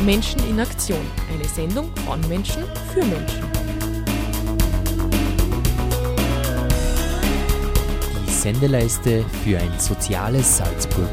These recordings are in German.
Menschen in Aktion, eine Sendung von Menschen für Menschen. Die Sendeleiste für ein soziales Salzburg.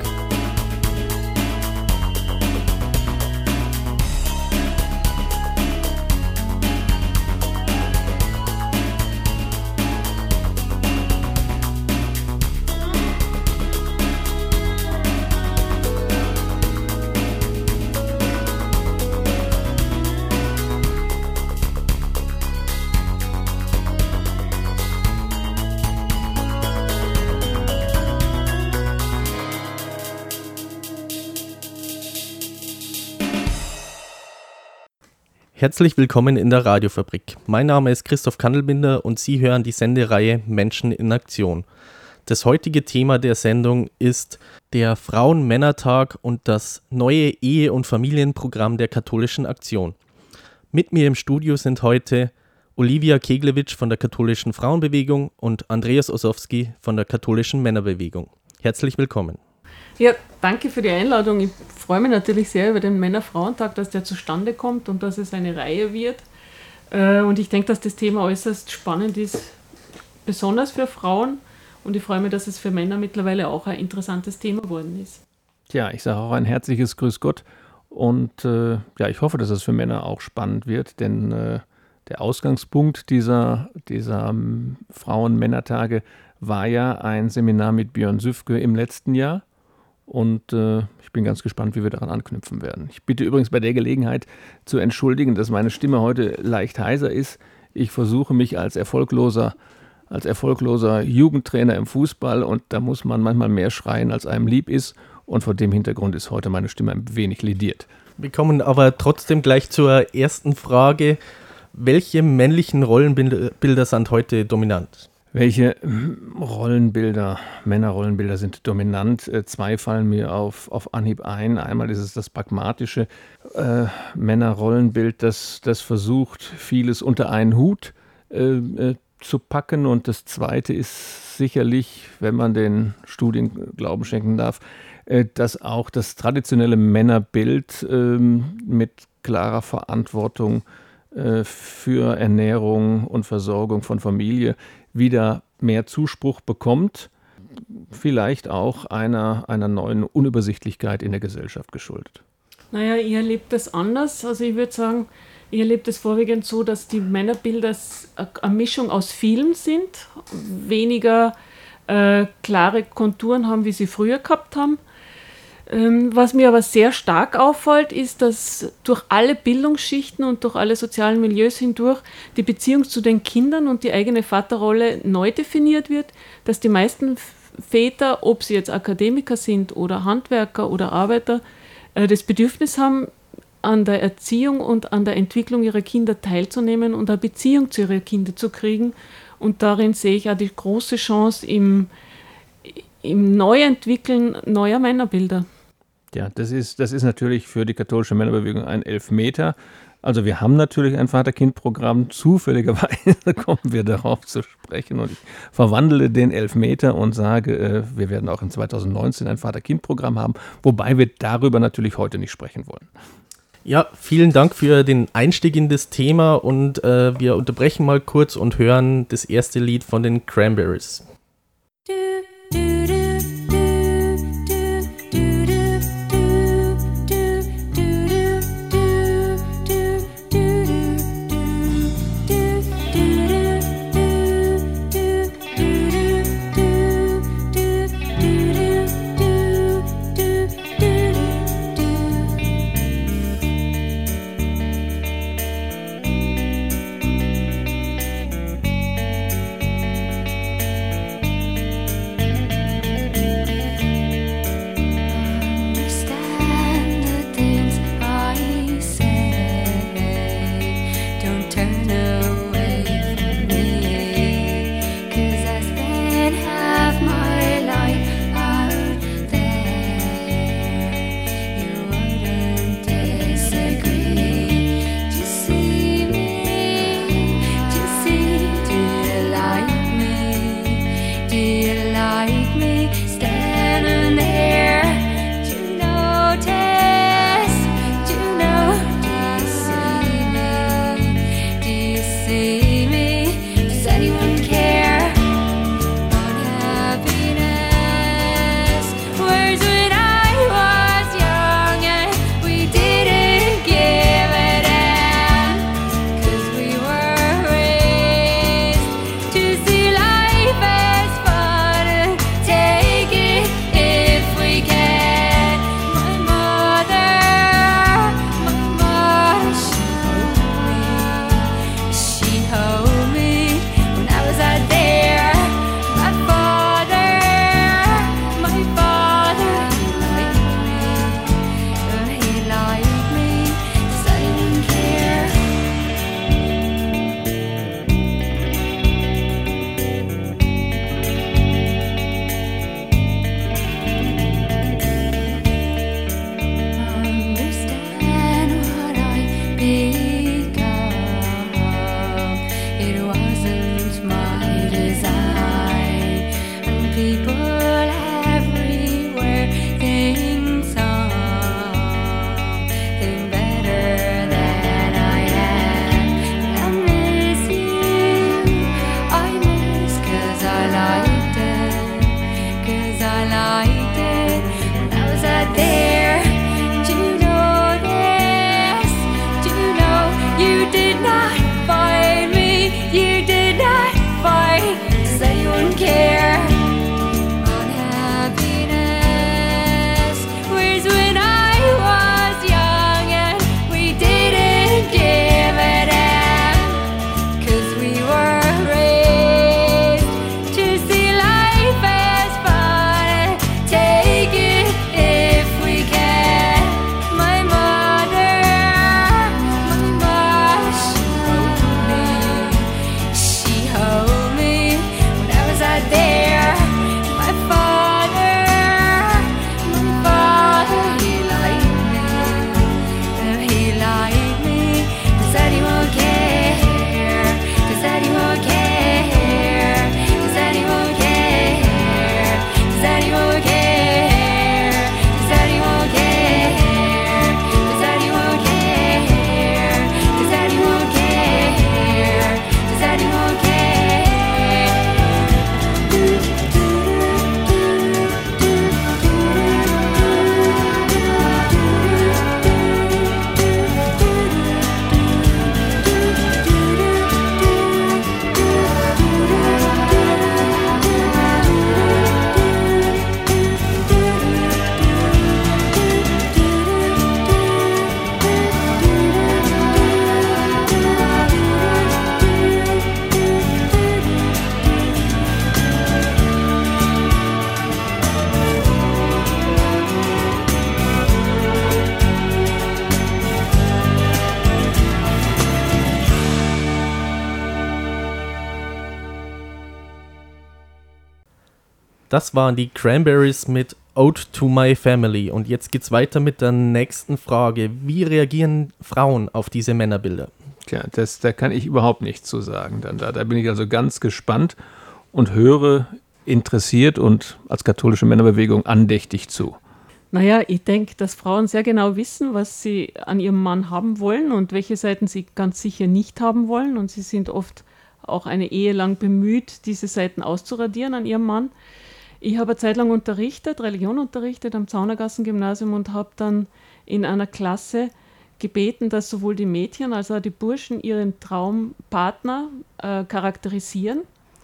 Herzlich willkommen in der Radiofabrik. Mein Name ist Christoph Kandelbinder und Sie hören die Sendereihe Menschen in Aktion. Das heutige Thema der Sendung ist der Frauen-Männer-Tag und das neue Ehe- und Familienprogramm der Katholischen Aktion. Mit mir im Studio sind heute Olivia Keglewitsch von der Katholischen Frauenbewegung und Andreas Ossowski von der Katholischen Männerbewegung. Herzlich willkommen. Ja, danke für die Einladung. Ich freue mich natürlich sehr über den Männer-Frauentag, dass der zustande kommt und dass es eine Reihe wird. Und ich denke, dass das Thema äußerst spannend ist, besonders für Frauen. Und ich freue mich, dass es für Männer mittlerweile auch ein interessantes Thema geworden ist. Ja, ich sage auch ein herzliches Grüß Gott. Und ich hoffe, dass es für Männer auch spannend wird, denn der Ausgangspunkt dieser Frauen-Männer-Tage war ja ein Seminar mit Björn Süfke im letzten Jahr. Und ich bin ganz gespannt, wie wir daran anknüpfen werden. Ich bitte übrigens bei der Gelegenheit zu entschuldigen, dass meine Stimme heute leicht heiser ist. Ich versuche mich als erfolgloser Jugendtrainer im Fußball und da muss man manchmal mehr schreien, als einem lieb ist. Und vor dem Hintergrund ist heute meine Stimme ein wenig lediert. Wir kommen aber trotzdem gleich zur ersten Frage. Welche männlichen Rollenbilder sind heute dominant? Welche Männerrollenbilder sind dominant? Zwei fallen mir auf Anhieb ein. Einmal ist es das pragmatische Männerrollenbild, das versucht, vieles unter einen Hut zu packen. Und das zweite ist sicherlich, wenn man den Studien Glauben schenken darf, dass auch das traditionelle Männerbild mit klarer Verantwortung für Ernährung und Versorgung von Familie wieder mehr Zuspruch bekommt, vielleicht auch einer neuen Unübersichtlichkeit in der Gesellschaft geschuldet. Naja, ich erlebe das anders. Also ich würde sagen, ich erlebe das vorwiegend so, dass die Männerbilder eine Mischung aus vielen sind, weniger klare Konturen haben, wie sie früher gehabt haben. Was mir aber sehr stark auffällt, ist, dass durch alle Bildungsschichten und durch alle sozialen Milieus hindurch die Beziehung zu den Kindern und die eigene Vaterrolle neu definiert wird, dass die meisten Väter, ob sie jetzt Akademiker sind oder Handwerker oder Arbeiter, das Bedürfnis haben, an der Erziehung und an der Entwicklung ihrer Kinder teilzunehmen und eine Beziehung zu ihren Kindern zu kriegen. Und darin sehe ich auch die große Chance im Neuentwickeln neuer Männerbilder. Ja, das ist natürlich für die katholische Männerbewegung ein Elfmeter. Also wir haben natürlich ein Vater-Kind-Programm. Zufälligerweise kommen wir darauf zu sprechen. Und ich verwandle den Elfmeter und sage, wir werden auch in 2019 ein Vater-Kind-Programm haben. Wobei wir darüber natürlich heute nicht sprechen wollen. Ja, vielen Dank für den Einstieg in das Thema. Und wir unterbrechen mal kurz und hören das erste Lied von den Cranberries. people everywhere think something better than I am. I miss you, I miss 'cause I liked it, 'cause I liked it when I was out there. Do you know this? Do you know you did not find me? You did not fight. Does anyone care? Unhappiness was when I was young and we didn't give a damn, 'cause we were raised to see life as fun and take it if we can. My mother, she held me when I was out there. My father, he liked me. Does anyone care? Does anyone care? Does anyone care? Does anyone care? Does anyone care? Does anyone care? Does anyone care? Does anyone Das waren die Cranberries mit Ode to My Family. Und jetzt geht's weiter mit der nächsten Frage. Wie reagieren Frauen auf diese Männerbilder? Tja, da kann ich überhaupt nichts zu sagen. Da bin ich also ganz gespannt und höre interessiert und als katholische Männerbewegung andächtig zu. Naja, ich denke, dass Frauen sehr genau wissen, was sie an ihrem Mann haben wollen und welche Seiten sie ganz sicher nicht haben wollen. Und sie sind oft auch eine Ehe lang bemüht, diese Seiten auszuradieren an ihrem Mann. Ich habe eine Zeit lang Religion unterrichtet am Zaunergassen-Gymnasium und habe dann in einer Klasse gebeten, dass sowohl die Mädchen als auch die Burschen ihren Traumpartner charakterisieren.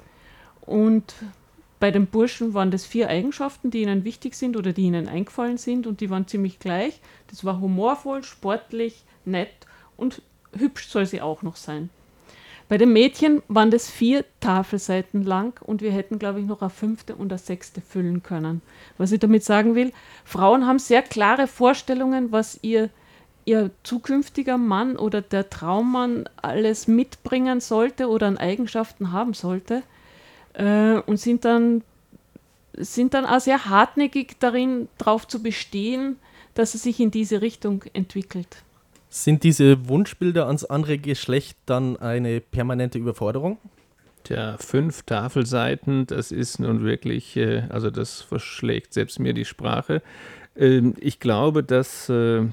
Und bei den Burschen waren das 4 Eigenschaften, die ihnen wichtig sind oder die ihnen eingefallen sind, und die waren ziemlich gleich. Das war humorvoll, sportlich, nett und hübsch soll sie auch noch sein. Bei den Mädchen waren das 4 Tafelseiten lang und wir hätten, glaube ich, noch eine 5. und eine 6. füllen können. Was ich damit sagen will, Frauen haben sehr klare Vorstellungen, was ihr zukünftiger Mann oder der Traummann alles mitbringen sollte oder an Eigenschaften haben sollte, und sind dann auch sehr hartnäckig darin, darauf zu bestehen, dass es sich in diese Richtung entwickelt. Sind diese Wunschbilder ans andere Geschlecht dann eine permanente Überforderung? Tja, 5 Tafelseiten, das ist nun wirklich, also das verschlägt selbst mir die Sprache. Ich glaube, dass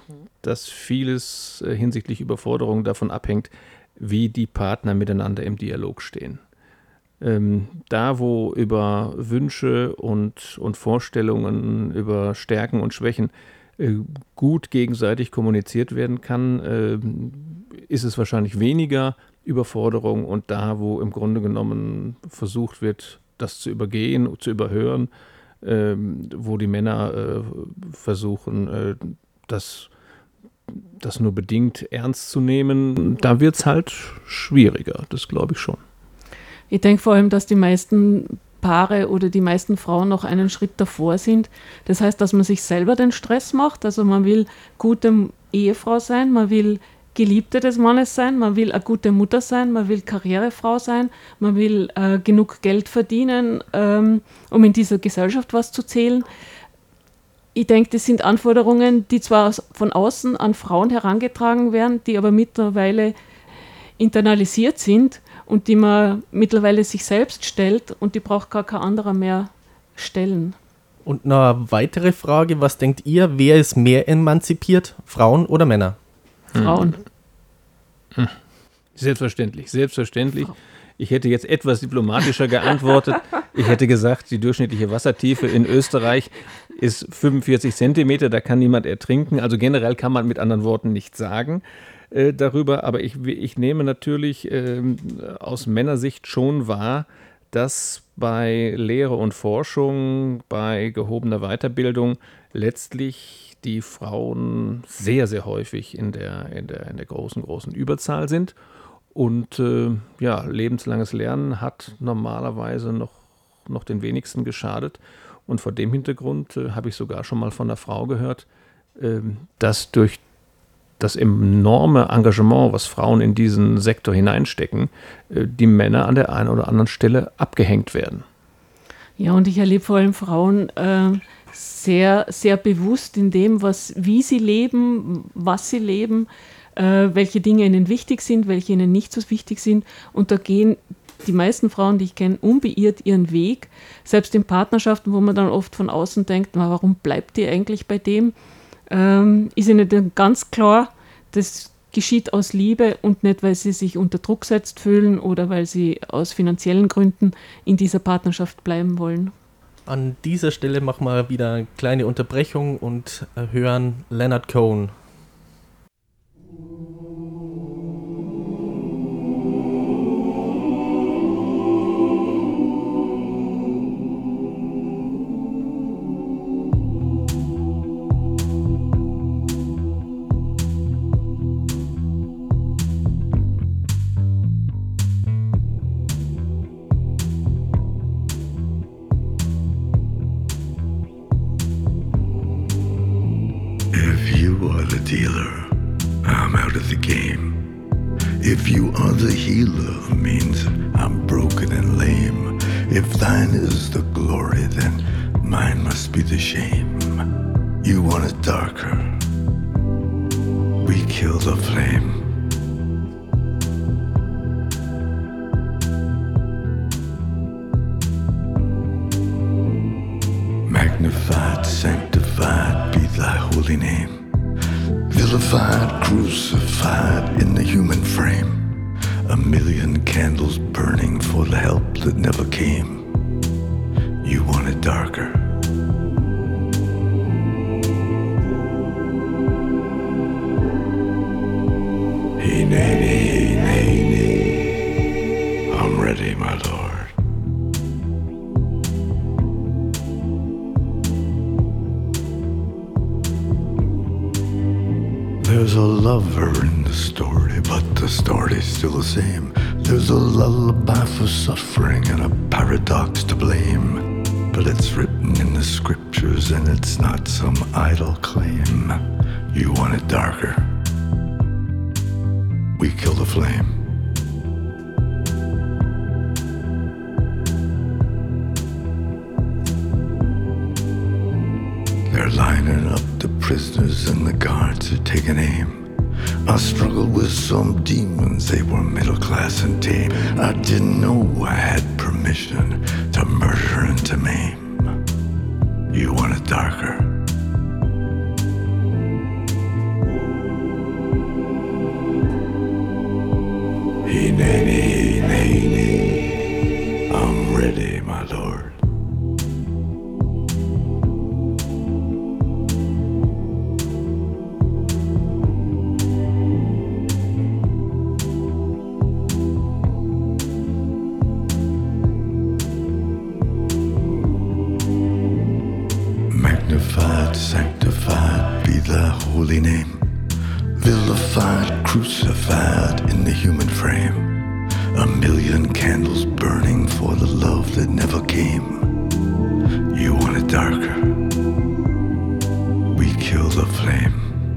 vieles hinsichtlich Überforderung davon abhängt, wie die Partner miteinander im Dialog stehen. Da, wo über Wünsche und Vorstellungen, über Stärken und Schwächen gut gegenseitig kommuniziert werden kann, ist es wahrscheinlich weniger Überforderung, und da, wo im Grunde genommen versucht wird, das zu übergehen, zu überhören, wo die Männer versuchen, das nur bedingt ernst zu nehmen, da wird es halt schwieriger, das glaube ich schon. Ich denke vor allem, dass die meisten Paare oder die meisten Frauen noch einen Schritt davor sind. Das heißt, dass man sich selber den Stress macht. Also man will gute Ehefrau sein, man will Geliebte des Mannes sein, man will eine gute Mutter sein, man will Karrierefrau sein, man will genug Geld verdienen, um in dieser Gesellschaft was zu zählen. Ich denke, das sind Anforderungen, die zwar von außen an Frauen herangetragen werden, die aber mittlerweile internalisiert sind und die man mittlerweile sich selbst stellt, und die braucht gar kein anderer mehr stellen. Und eine weitere Frage, was denkt ihr, wer ist mehr emanzipiert, Frauen oder Männer? Frauen. Selbstverständlich. Ich hätte jetzt etwas diplomatischer geantwortet. Ich hätte gesagt, die durchschnittliche Wassertiefe in Österreich ist 45 Zentimeter, da kann niemand ertrinken. Also generell kann man mit anderen Worten nichts sagen darüber. Aber ich nehme natürlich aus Männersicht schon wahr, dass bei Lehre und Forschung, bei gehobener Weiterbildung letztlich die Frauen sehr, sehr häufig in der großen Überzahl sind. Und lebenslanges Lernen hat normalerweise noch den wenigsten geschadet. Und vor dem Hintergrund habe ich sogar schon mal von einer Frau gehört, dass durch das enorme Engagement, was Frauen in diesen Sektor hineinstecken, die Männer an der einen oder anderen Stelle abgehängt werden. Ja, und ich erlebe vor allem Frauen sehr, sehr bewusst in dem, wie sie leben, was sie leben, welche Dinge ihnen wichtig sind, welche ihnen nicht so wichtig sind. Und da gehen die meisten Frauen, die ich kenne, unbeirrt ihren Weg. Selbst in Partnerschaften, wo man dann oft von außen denkt, warum bleibt die eigentlich bei dem? Ist ihnen dann ganz klar, das geschieht aus Liebe und nicht, weil sie sich unter Druck gesetzt fühlen oder weil sie aus finanziellen Gründen in dieser Partnerschaft bleiben wollen. An dieser Stelle machen wir wieder eine kleine Unterbrechung und hören Leonard Cohen. Dealer, I'm out of the game. If you are the healer, means I'm broken and lame. If thine is the glory, then mine must be the shame. You want it darker, we kill the flame. Magnified, sanctified be thy holy name. Vilified, crucified in the human frame. A million candles burning for the help that never came. You want it darker. Hey, nay, nay, I'm ready, my lord. There's a lover in the story, but the story's still the same. There's a lullaby for suffering and a paradox to blame. But it's written in the scriptures and it's not some idle claim. You want it darker, we kill the flame. They're lining up the prisoners and the guards are taking aim. I struggled with some demons, they were middle class and tame. I didn't know I had permission to murder and to maim. You want it darker, hey, nay, nay, I'm ready, my lord. Magnified, sanctified be thy holy name. Vilified, crucified in the human frame. A million candles burning for the love that never came. You want it darker, we kill the flame.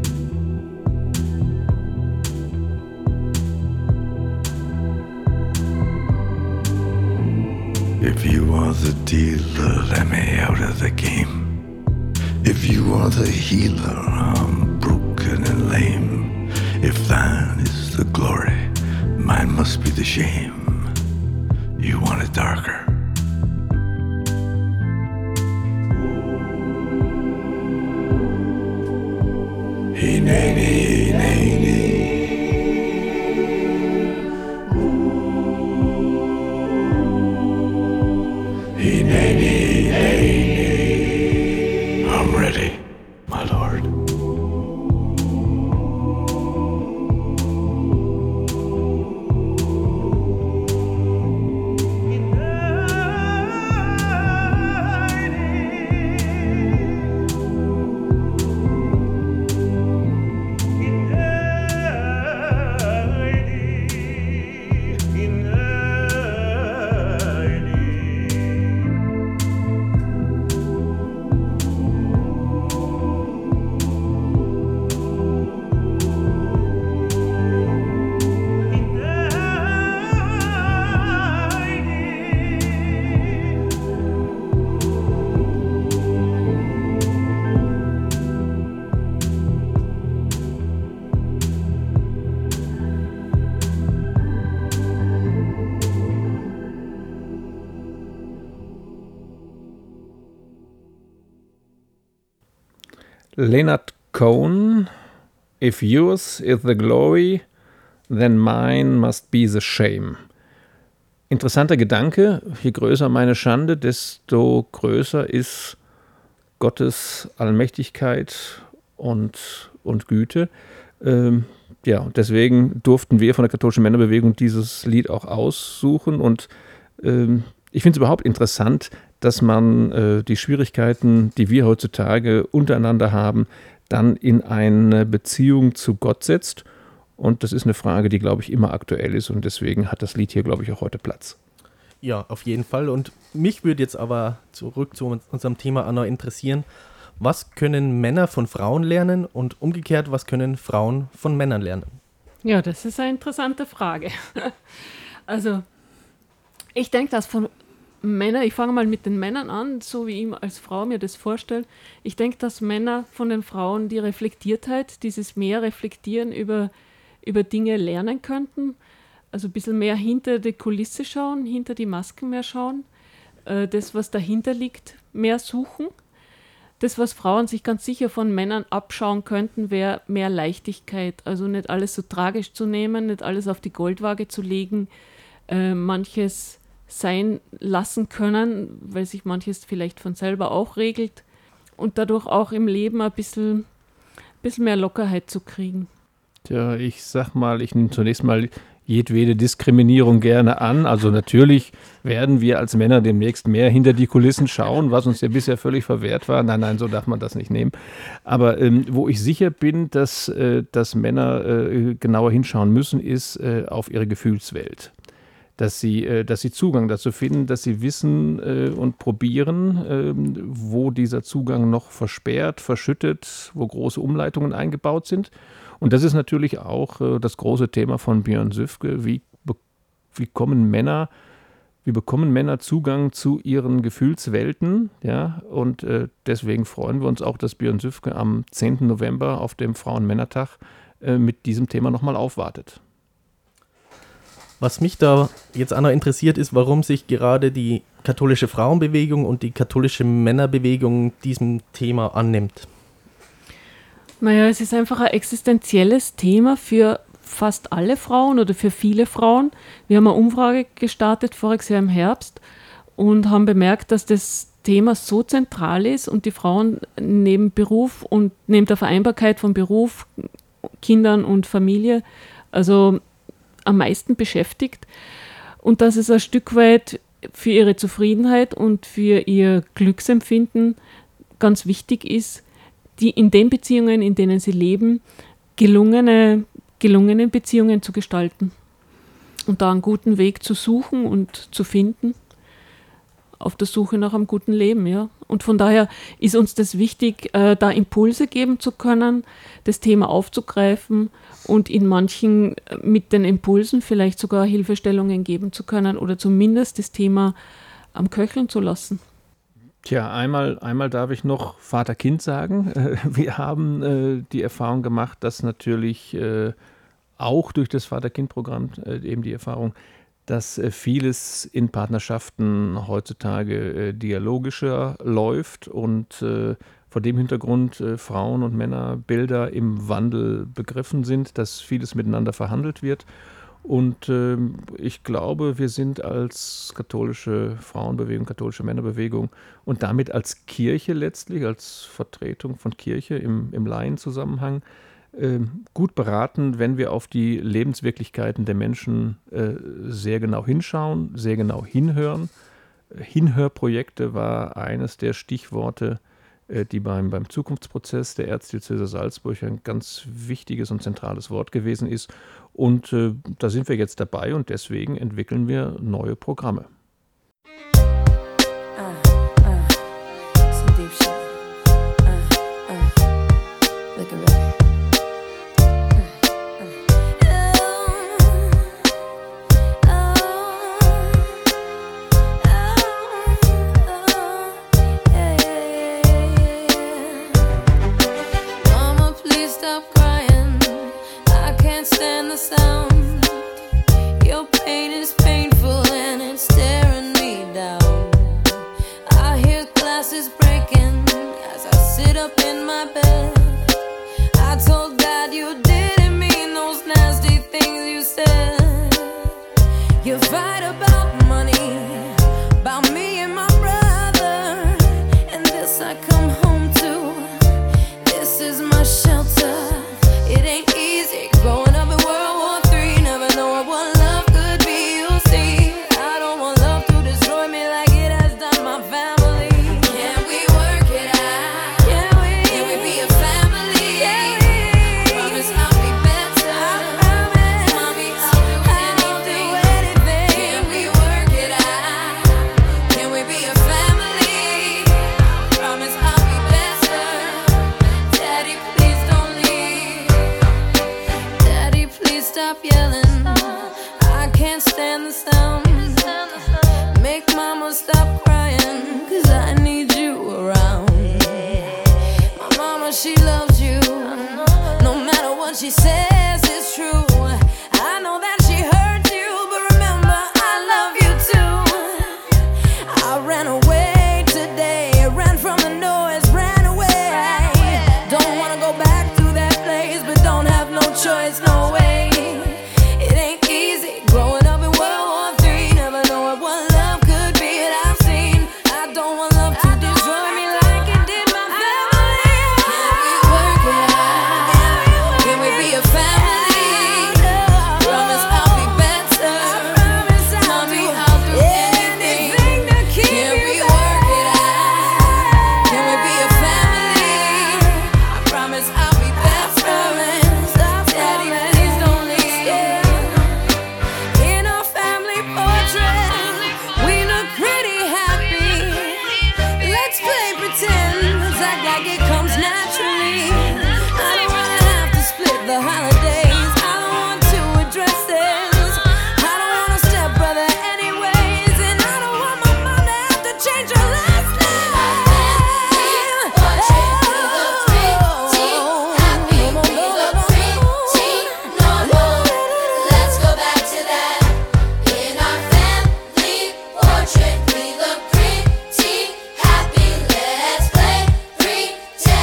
If you are the dealer, let me out of the game. If you are the healer, I'm broken and lame. If thine is the glory, mine must be the shame. You want it darker, I'm ready, my lord. Leonard Cohen, if yours is the glory, then mine must be the shame. Interessanter Gedanke, je größer meine Schande, desto größer ist Gottes Allmächtigkeit und Güte. Ja, und deswegen durften wir von der katholischen Männerbewegung dieses Lied auch aussuchen. Und ich finde es überhaupt interessant, dass man die Schwierigkeiten, die wir heutzutage untereinander haben, dann in eine Beziehung zu Gott setzt. Und das ist eine Frage, die, glaube ich, immer aktuell ist. Und deswegen hat das Lied hier, glaube ich, auch heute Platz. Ja, auf jeden Fall. Und mich würde jetzt aber zurück zu unserem Thema Anna interessieren, was können Männer von Frauen lernen und umgekehrt, was können Frauen von Männern lernen? Ja, das ist eine interessante Frage. Also, ich denke, dass von Männern, ich fange mal mit den Männern an, so wie ich als Frau mir das vorstelle. Ich denke, dass Männer von den Frauen die Reflektiertheit, dieses mehr Reflektieren über Dinge lernen könnten. Also ein bisschen mehr hinter die Kulisse schauen, hinter die Masken mehr schauen. Das, was dahinter liegt, mehr suchen. Das, was Frauen sich ganz sicher von Männern abschauen könnten, wäre mehr Leichtigkeit. Also nicht alles so tragisch zu nehmen, nicht alles auf die Goldwaage zu legen, manches sein lassen können, weil sich manches vielleicht von selber auch regelt und dadurch auch im Leben ein bisschen mehr Lockerheit zu kriegen. Tja, ich sag mal, ich nehme zunächst mal jedwede Diskriminierung gerne an. Also natürlich werden wir als Männer demnächst mehr hinter die Kulissen schauen, was uns ja bisher völlig verwehrt war. Nein, so darf man das nicht nehmen. Aber wo ich sicher bin, dass Männer genauer hinschauen müssen, ist auf ihre Gefühlswelt. Dass sie Zugang dazu finden, dass sie wissen und probieren, wo dieser Zugang noch versperrt, verschüttet, wo große Umleitungen eingebaut sind. Und das ist natürlich auch das große Thema von Björn Süfke. Wie bekommen Männer Zugang zu ihren Gefühlswelten? Ja? Und deswegen freuen wir uns auch, dass Björn Süfke am 10. November auf dem Frauen-Männer-Tag mit diesem Thema nochmal aufwartet. Was mich da jetzt auch noch interessiert, ist, warum sich gerade die katholische Frauenbewegung und die katholische Männerbewegung diesem Thema annimmt. Naja, es ist einfach ein existenzielles Thema für fast alle Frauen oder für viele Frauen. Wir haben eine Umfrage gestartet voriges Jahr im Herbst und haben bemerkt, dass das Thema so zentral ist und die Frauen neben Beruf und neben der Vereinbarkeit von Beruf, Kindern und Familie, also am meisten beschäftigt und dass es ein Stück weit für ihre Zufriedenheit und für ihr Glücksempfinden ganz wichtig ist, die in den Beziehungen, in denen sie leben, gelungene Beziehungen zu gestalten und da einen guten Weg zu suchen und zu finden, auf der Suche nach einem guten Leben. Ja. Und von daher ist uns das wichtig, da Impulse geben zu können, das Thema aufzugreifen und in manchen mit den Impulsen vielleicht sogar Hilfestellungen geben zu können oder zumindest das Thema am Köcheln zu lassen. Tja, einmal darf ich noch Vater-Kind sagen. Wir haben die Erfahrung gemacht, dass natürlich auch durch das Vater-Kind-Programm eben die Erfahrung, dass vieles in Partnerschaften heutzutage dialogischer läuft und vor dem Hintergrund Frauen- und Männerbilder im Wandel begriffen sind, dass vieles miteinander verhandelt wird. Und ich glaube, wir sind als katholische Frauenbewegung, katholische Männerbewegung und damit als Kirche letztlich, als Vertretung von Kirche im Laienzusammenhang, gut beraten, wenn wir auf die Lebenswirklichkeiten der Menschen sehr genau hinschauen, sehr genau hinhören. Hinhörprojekte war eines der Stichworte, die beim Zukunftsprozess der Erzdiözese Salzburg ein ganz wichtiges und zentrales Wort gewesen ist. Und da sind wir jetzt dabei und deswegen entwickeln wir neue Programme. Some deep shit. Looking ready. Stand the sound. Your pain is painful and it's staring me down. I hear glasses breaking as I sit up in my bed. I told God you didn't mean those nasty things you said. You fight about money, about me and my brother, and this I come home to. This is my shelter. It ain't easy growing up in World War III. Never know what love could be, you'll see. I don't want love to destroy me like it has done my family. Can we work it out? Can we be a family? I promise I'll be better. Mommy, I'll do anything. Can we work it out? Can we be a family? I promise I'll be better. Daddy, please don't leave. Daddy, please stop yelling. I can't stand the sound. Make mama stop crying, 'cause I need you around. My mama, she loves you. No matter what she says, it's true. I know that she hurt you, but remember, I love you too. I ran away today, ran from the noise, ran away. Don't wanna go back to that place, but don't have no choice, no way. It ain't easy growing up in World War III. Never know what love could be that I've seen. I don't want love to destroy me like it did my family. Can we work it out? Can we be a family? Promise I'll be better. Mommy, I'll do anything. Can we work it out? Can we be a family? I promise I'll be better. Daddy, please don't leave. In our family portrait, we look pretty happy. Let's play pretend, let's act like it comes naturally. I don't wanna have to split the holidays. I don't want to address this. I don't want a stepbrother anyways, and I don't want my mom to have to change her last name. Let's go back to that. In our family portrait, we look pretty happy. Let's play pretend.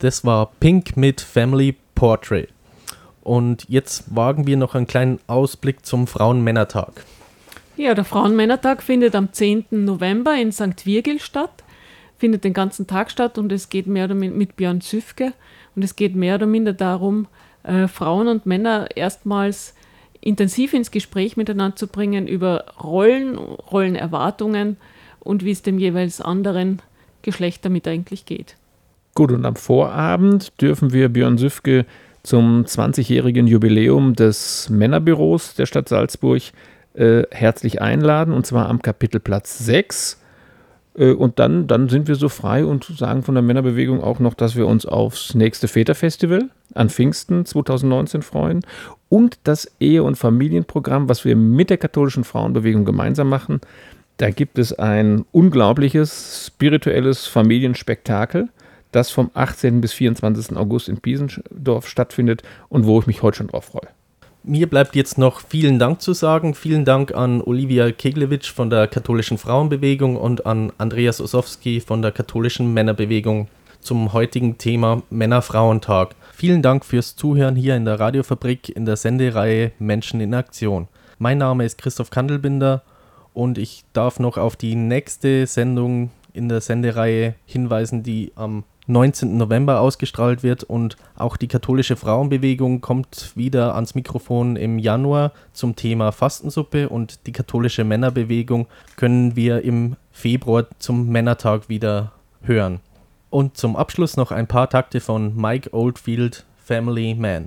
Das war Pink mit Family Portrait. Und jetzt wagen wir noch einen kleinen Ausblick zum Frauen-Männer-Tag. Ja, der Frauen-Männer-Tag findet am 10. November in St. Virgil statt, findet den ganzen Tag statt und es geht mehr oder minder mit Björn Süfke und es geht mehr oder minder darum, Frauen und Männer erstmals intensiv ins Gespräch miteinander zu bringen über Rollen, Rollenerwartungen und wie es dem jeweils anderen Geschlecht damit eigentlich geht. Gut, und am Vorabend dürfen wir Björn Süfke zum 20-jährigen Jubiläum des Männerbüros der Stadt Salzburg herzlich einladen, und zwar am Kapitelplatz 6. Und dann sind wir so frei und sagen von der Männerbewegung auch noch, dass wir uns aufs nächste Väterfestival an Pfingsten 2019 freuen und das Ehe- und Familienprogramm, was wir mit der katholischen Frauenbewegung gemeinsam machen. Da gibt es ein unglaubliches spirituelles Familienspektakel, das vom 18. bis 24. August in Piesendorf stattfindet und wo ich mich heute schon drauf freue. Mir bleibt jetzt noch vielen Dank zu sagen. Vielen Dank an Olivia Keglewitsch von der katholischen Frauenbewegung und an Andreas Ossowski von der katholischen Männerbewegung zum heutigen Thema Männer-Frauentag. Vielen Dank fürs Zuhören hier in der Radiofabrik in der Sendereihe Menschen in Aktion. Mein Name ist Christoph Kandelbinder und ich darf noch auf die nächste Sendung in der Sendereihe hinweisen, die am 19. November ausgestrahlt wird, und auch die katholische Frauenbewegung kommt wieder ans Mikrofon im Januar zum Thema Fastensuppe, und die katholische Männerbewegung können wir im Februar zum Männertag wieder hören. Und zum Abschluss noch ein paar Takte von Mike Oldfield, Family Man.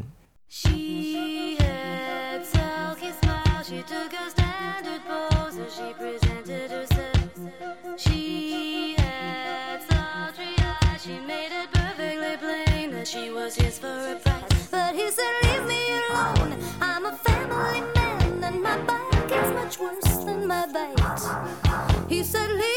She had sulky smile, she took a standard pose as she presented herself. She had sultry eyes, she made it perfectly plain that she was his for a price. But he said, leave me alone, I'm a family man, and my bite is much worse than my bite. He said, leave